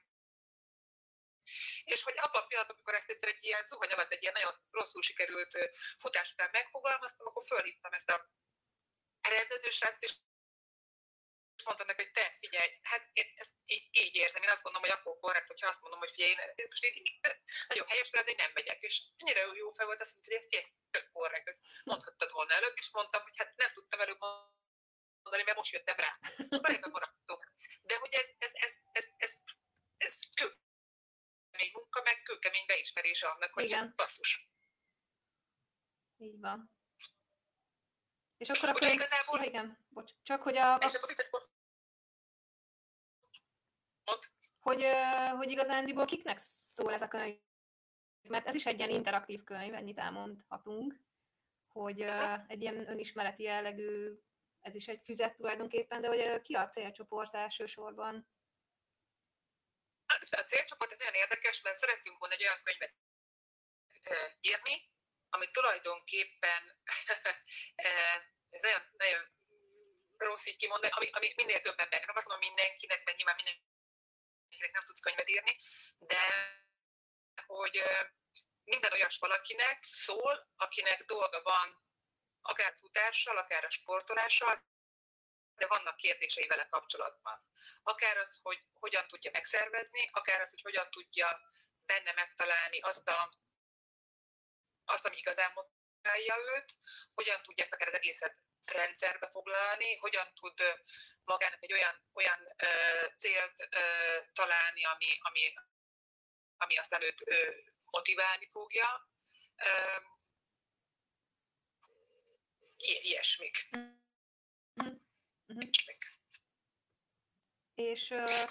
És hogy abban a pillanatban, amikor ezt egyszer egy ilyen zuhany alatt, egy ilyen nagyon rosszul sikerült futás után megfogalmaztam, akkor fölhívtam ezt a rendezősrácot, és mondtam neki, hogy te figyelj, hát én ezt így érzem, én azt gondolom, hogy akkor korrekt, hogyha azt mondom, hogy figyelj, én most így nagyon helyes tőled, én nem megyek, és ennyire jó fel volt, azt mondta, hogy ez tök korrekt, ezt mondhattad volna előbb, és mondtam, hogy hát nem tudtam előbb mondani, mert most jöttem rá. És akkor ebben maradtunk. De hogy ez kőkemény munka, meg kőkemény beismerése annak, hogy igen. Hát basszus. Így van. És akkor a könyv... Igazából... Ja, igen, bocs. Csak hogy a... És akkor hogy igazándiból kiknek szól ez a könyv? Mert ez is egy ilyen interaktív könyv, ennyit elmondhatunk, hogy egy ilyen önismereti jellegű, ez is egy füzet tulajdonképpen, de hogy ki a célcsoport elsősorban? A célcsoport ez nagyon érdekes, mert szeretünk volna egy olyan könyvet írni, ami tulajdonképpen ez nagyon, nagyon rossz így kimondani, ami minél több embernek, nem azt mondom mindenkinek, mert nyilván mindenkinek nem tudsz könyvet írni, de hogy minden olyas valakinek szól, akinek dolga van akár futással, akár a sportolással, de vannak kérdései vele kapcsolatban. Akár az, hogy hogyan tudja megszervezni, akár az, hogy hogyan tudja benne megtalálni azt, ami igazán motiválja őt, hogyan tudja ezt akár az egészet rendszerbe foglalni, hogyan tud magának egy olyan célt találni, ami aztán őt motiválni fogja. Ilyesmik. És...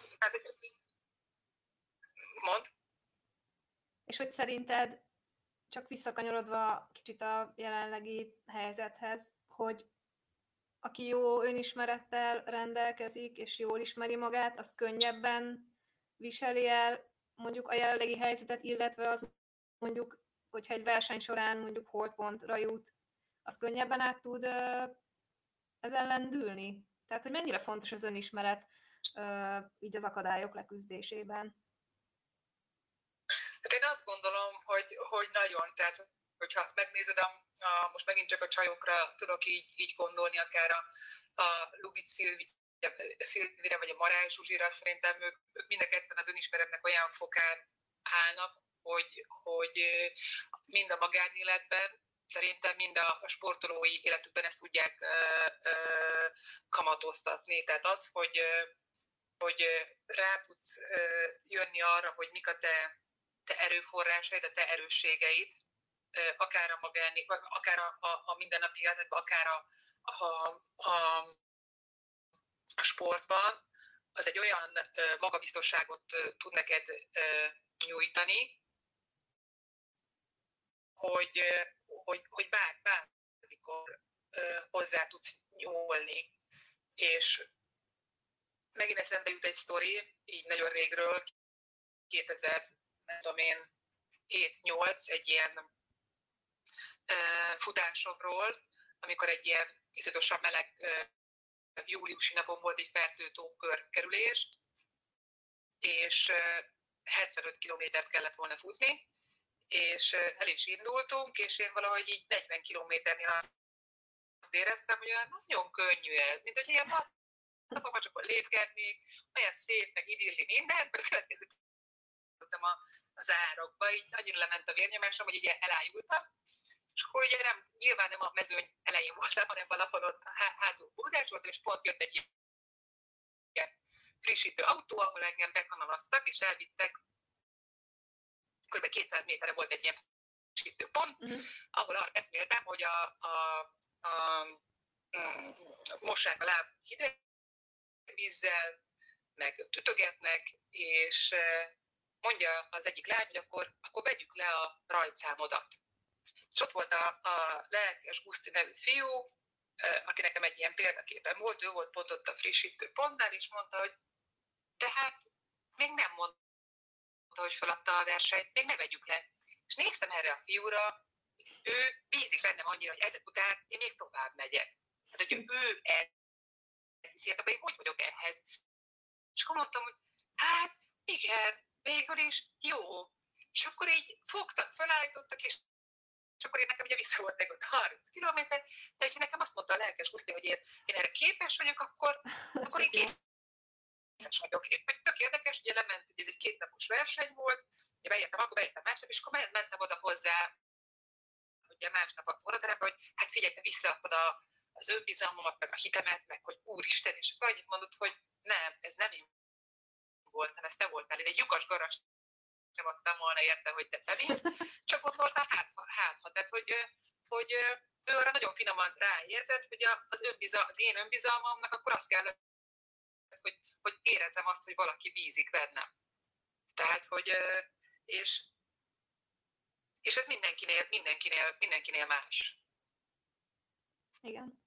Mond? És hogy szerinted, csak visszakanyarodva kicsit a jelenlegi helyzethez, hogy aki jó önismerettel rendelkezik, és jól ismeri magát, az könnyebben viseli el mondjuk a jelenlegi helyzetet, illetve az mondjuk, hogyha egy verseny során mondjuk holdpontra jut, az könnyebben át tud ez ellen dűlni? Tehát, hogy mennyire fontos az önismeret így az akadályok leküzdésében? Hát én azt gondolom, hogy nagyon, tehát hogyha megnézed, most megint csak a csajokra tudok így gondolni, akár a Lubic Szilvire, vagy a Marás Zsuzsira, szerintem ők mind a ketten az önismeretnek olyan fokán állnak, hogy mind a magánéletben, szerintem mind a sportolói életükben ezt tudják kamatoztatni. Tehát az, hogy rá tudsz jönni arra, hogy mik a te erőforrásaid, a te erősségeid, akár akár a mindennapi életedben, akár a sportban, az egy olyan magabiztosságot tud neked nyújtani, hogy bármikor hozzá tudsz nyúlni. És megint eszembe jut egy sztori, így nagyon régről, 2000, nem tudom én, 7-8, egy ilyen futásomról, amikor egy ilyen iszonyatosan meleg júliusi napon volt egy fertőtókör kerülés, és 75 kilométert kellett volna futni, és el is indultunk, és én valahogy így 40 kilométernél azt éreztem, hogy olyan nagyon könnyű ez, mint hogy ilyen napokban csak lépkednék, olyan szép, meg idilli minden, mert következő az árokba, így annyira lement a vérnyomásom, hogy így elájultam, és akkor ugye nyilván nem a mezőny elején voltam, hanem valahol ott hátul bulgács voltam, és pont jött egy ilyen frissítő autó, ahol engem bekanalaztak, és elvittek, kb. 200 méterre volt egy ilyen frissítő pont, ahol arra eszméltem, hogy mossák a láb hideg vízzel, meg tütögetnek, és mondja az egyik lány, hogy akkor vegyük le a rajtszámodat. És ott volt a Lelkes Guszti nevű fiú, aki nekem egy ilyen példaképen volt, ő volt pont ott a frissítő pontnál, és mondta, hogy tehát még nem mondta, hogy feladta a versenyt, még ne vegyük le. És néztem erre a fiúra, ő bízik bennem annyira, hogy ezek után én még tovább megyek. Tehát, hogy ő elhiszi, hát akkor én hogy vagyok ehhez? És akkor mondtam, hogy hát igen, végül is jó. És akkor így fogtak, felállítottak, és akkor én nekem ugye vissza volt meg ott 30 kilométer, de hogyha nekem azt mondta a Lelkes Guszti, hogy én erre képes vagyok, akkor én képes vagyok. Tök érdekes, ugye lement, hogy ez egy 2 napos verseny volt, ugye beértem másnap, és akkor mentem oda hozzá, ugye másnap a forraterembe, hogy hát figyelj, te visszaadtad az önbizalmamat, meg a hitemet, meg hogy úristen, és akkor annyit mondott, hogy nem, ez nem én voltam, ez te voltál, én egy lyukas garast sem adtam volna érte, hogy te bemész, csak ott voltam hátha. Tehát, hogy ő arra nagyon finoman ráérzett, hogy az én önbizalmamnak akkor azt kellett, hogy érezzem azt, hogy valaki bízik bennem. Tehát, hogy és ez mindenkinél más. Igen.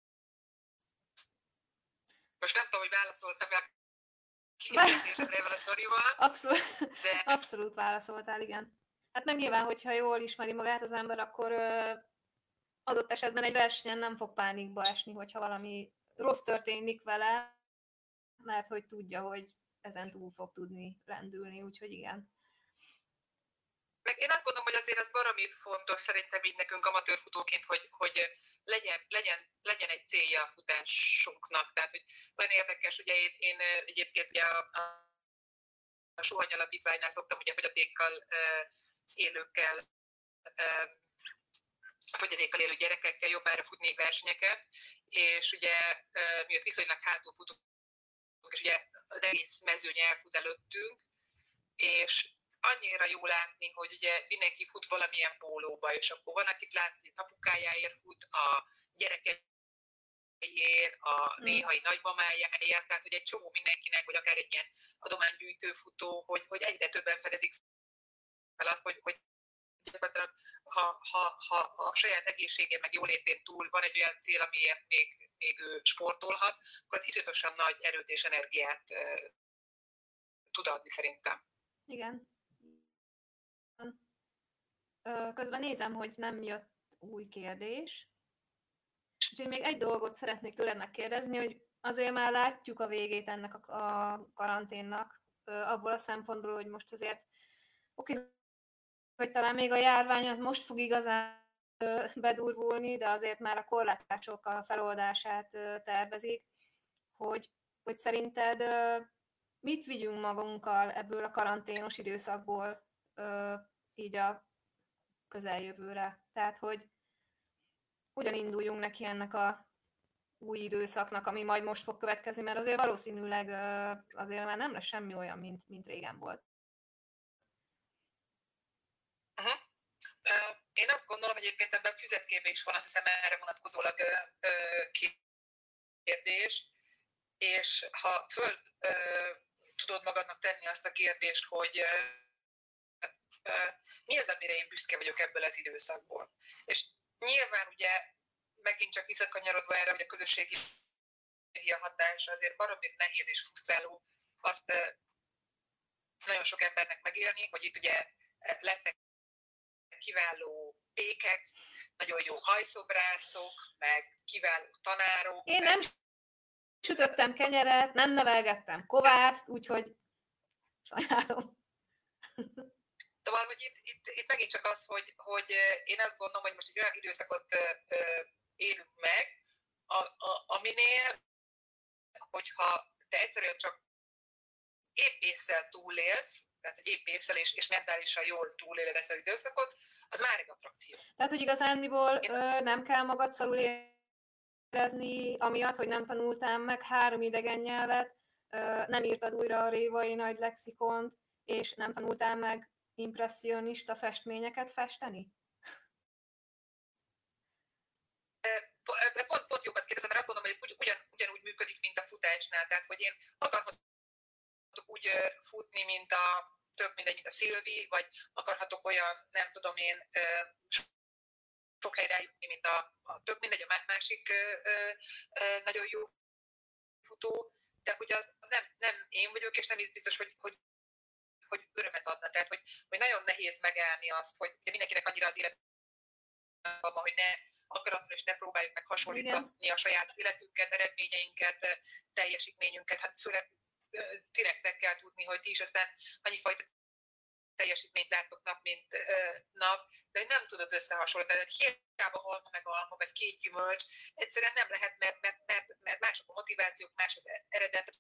Most nem tudom, hogy válaszoltam-e kérdésedre ebben a sztorival. Abszolút válaszoltál, igen. Hát meg nyilván, hogyha jól ismeri magát az ember, akkor adott esetben egy versenyen nem fog pánikba esni, hogyha valami rossz történik vele, mert hogy tudja, hogy ezen túl fog tudni lendülni, úgyhogy igen. Meg én azt gondolom, hogy azért ez valami fontos szerintem így nekünk amatőrfutóként, hogy legyen egy célja a futásunknak. Tehát, hogy olyan érdekes, ugye én egyébként ugye a Sohany Alapítványnál szoktam ugye fogyatékkal élőkkel, fogyatékkal élő gyerekekkel jobbára futni versenyeket, és ugye miatt viszonylag hátul futunk, és ugye az egész mezőny elfut előttünk, és annyira jó látni, hogy ugye mindenki fut valamilyen pólóba, és akkor van, akit látsz, hogy apukájáért fut, a gyerekeiért, a néhai nagymamájáért, tehát hogy egy csomó mindenkinek, vagy akár egy ilyen adománygyűjtő futó, hogy egyre többen fedezik fel azt, hogy gyakorlatilag ha a saját egészségén meg jólétén túl van egy olyan cél, amiért még ő sportolhat, akkor az iszonyatosan nagy erőt és energiát tud adni szerintem. Igen. Közben nézem, hogy nem jött új kérdés. Úgyhogy még egy dolgot szeretnék tőled megkérdezni, hogy azért már látjuk a végét ennek a karanténnak, abból a szempontból, hogy most azért hogy talán még a járvány az most fog igazán bedurvulni, de azért már a korlátozások a feloldását tervezik, hogy szerinted mit vigyünk magunkkal ebből a karanténos időszakból így a közeljövőre. Tehát, hogy hogyan induljunk neki ennek a új időszaknak, ami majd most fog következni, mert azért valószínűleg azért már nem lesz semmi olyan, mint régen volt. Uh-huh. Én azt gondolom, hogy egyébként ebben füzetkében is van, azt hiszem erre vonatkozólag kérdés, és ha föl tudod magadnak tenni azt a kérdést, hogy mi az, amire én büszke vagyok ebből az időszakból. És nyilván ugye megint csak visszakanyarodva erre, hogy a közösségi hatása azért baromira nehéz és frusztráló azt nagyon sok embernek megélni, hogy itt ugye lettek kiváló pékek, nagyon jó hajszobrászok, meg kiváló tanárok. Én nem sütöttem kenyeret, nem nevelgettem kovászt, úgyhogy sajnálom. Szóval, hogy itt megint csak az, hogy én azt gondolom, hogy most egy olyan időszakot élünk meg, aminél, hogyha te egyszerűen csak épp ésszel túlélsz, tehát egy épp ésszel és mentálisan jól túléled ezt az időszakot, az már egy attrakció. Tehát, hogy igazándiból nem kell magad szarul érezni, amiatt, hogy nem tanultál meg 3 idegen nyelvet, nem írtad újra a révai nagy lexikont, és nem tanultál meg impresszionista festményeket festeni? Pont jókat kérdezem, mert azt gondolom, hogy ez ugyanúgy működik, mint a futásnál. Tehát, hogy én akarhatok úgy futni, mint tök mindegy, mint a Szilvi, vagy akarhatok olyan, nem tudom én, sok helyre eljutni, mint tök mindegy, a másik nagyon jó futó, de hogy az nem én vagyok, és nem is biztos, hogy örömet adna. Tehát, hogy nagyon nehéz megállni azt, hogy mindenkinek annyira az életben van, hogy ne akaratlanul és ne próbáljuk meg hasonlítani a saját életünket, eredményeinket, teljesítményünket, hát főleg direktekkel tudni, hogy ti is aztán annyi fajta teljesítményt láttok nap, mint nap, de hogy nem tudod összehasonlítani. Tehát hiába alma meg alma, vagy két gyümölcs, egyszerűen nem lehet, mert mások a motivációk, más az eredet,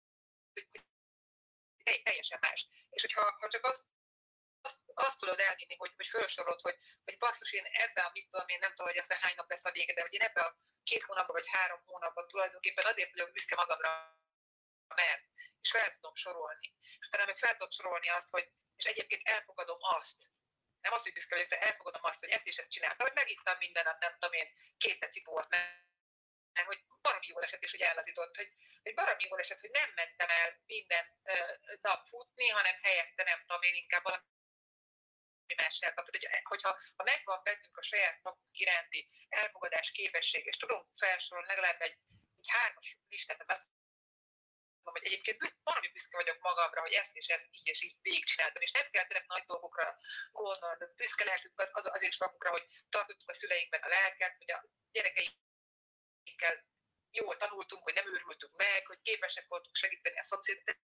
teljesen más. És hogyha csak azt tudod elvinni, hogy felsorolod, hogy basszus, én ebben, mit tudom én, nem tudom, hogy aztán hány nap lesz a vége, de hogy én ebben a 2 hónapban vagy 3 hónapban tulajdonképpen azért vagyok büszke magamra, mert, és fel tudom sorolni. És utána meg fel tudom sorolni azt, hogy, és egyébként elfogadom azt, nem azt, hogy büszke vagyok, de elfogadom azt, hogy ezt és ezt csináltam, hogy megittam minden nap, nem tudom én, 2 cipót, mert hogy baromi jól esett, és hogy ellazított, hogy baromi jól esett, hogy nem mentem el minden nap futni, hanem helyette nem tudom én inkább valami más elkapott. Hogyha megvan bennünk a saját magunk iránti elfogadás képesség, és tudunk felsorolni legalább egy 3-as listát, azt mondom, hogy egyébként valami büszke vagyok magamra, hogy ezt és ezt így és így végigcsináltam, és nem kell tényleg nagy dolgokra gondolni, de büszke lehetünk azért is magunkra, hogy tartottuk a szüleinkben a lelket, hogy a gyerekeinkkel jól tanultunk, hogy nem őrültünk meg, hogy képesek voltunk segíteni a szomszédot,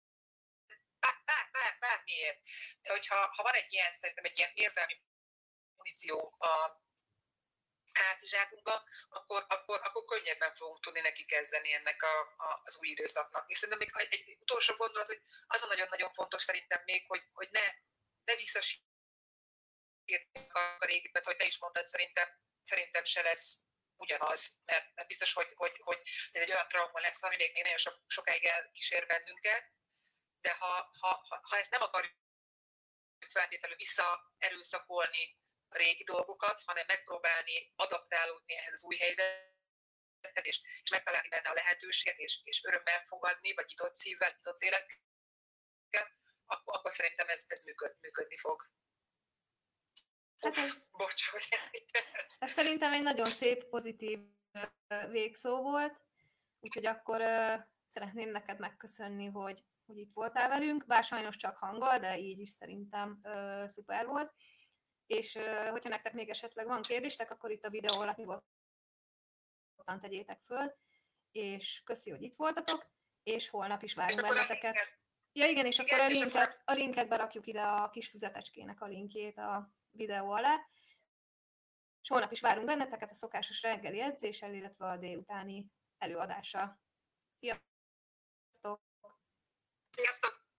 bármiért. De hogyha van egy ilyen, szerintem egy ilyen érzelmi muníció a hátizsákunkba, akkor könnyebben fogunk tudni neki kezdeni ennek az új időszaknak. És szerintem még egy utolsó gondolat, hogy az a nagyon-nagyon fontos szerintem még, hogy ne visszasírni a régiben, hogy te is mondtad, szerintem se lesz ugyanaz, mert biztos, hogy ez egy olyan trauma lesz, ami még nagyon sokáig elkísér bennünket, de ha ezt nem akarjuk feltétlenül visszaerőszakolni a régi dolgokat, hanem megpróbálni adaptálódni ehhez az új helyzethez, és megtalálni benne a lehetőséget, és örömmel fogadni, vagy nyitott szívvel, nyitott lélekkel, akkor szerintem ez működni fog. Bocs, hogy ez így lesz. Ez szerintem egy nagyon szép, pozitív végszó volt, úgyhogy akkor szeretném neked megköszönni, hogy itt voltál velünk, bár sajnos csak hanggal, de így is szerintem szuper volt. És hogyha nektek még esetleg van kérdéstek, akkor itt a videó alatt nyugodtan tegyétek föl, és köszi, hogy itt voltatok, és holnap is várunk benneteket. Ja igen, és akkor a linket berakjuk ide a kis füzetecskének a linkjét a videó alá, és holnap is várunk benneteket a szokásos reggeli edzéssel, illetve a délutáni előadással. Sziasztok! Sziasztok!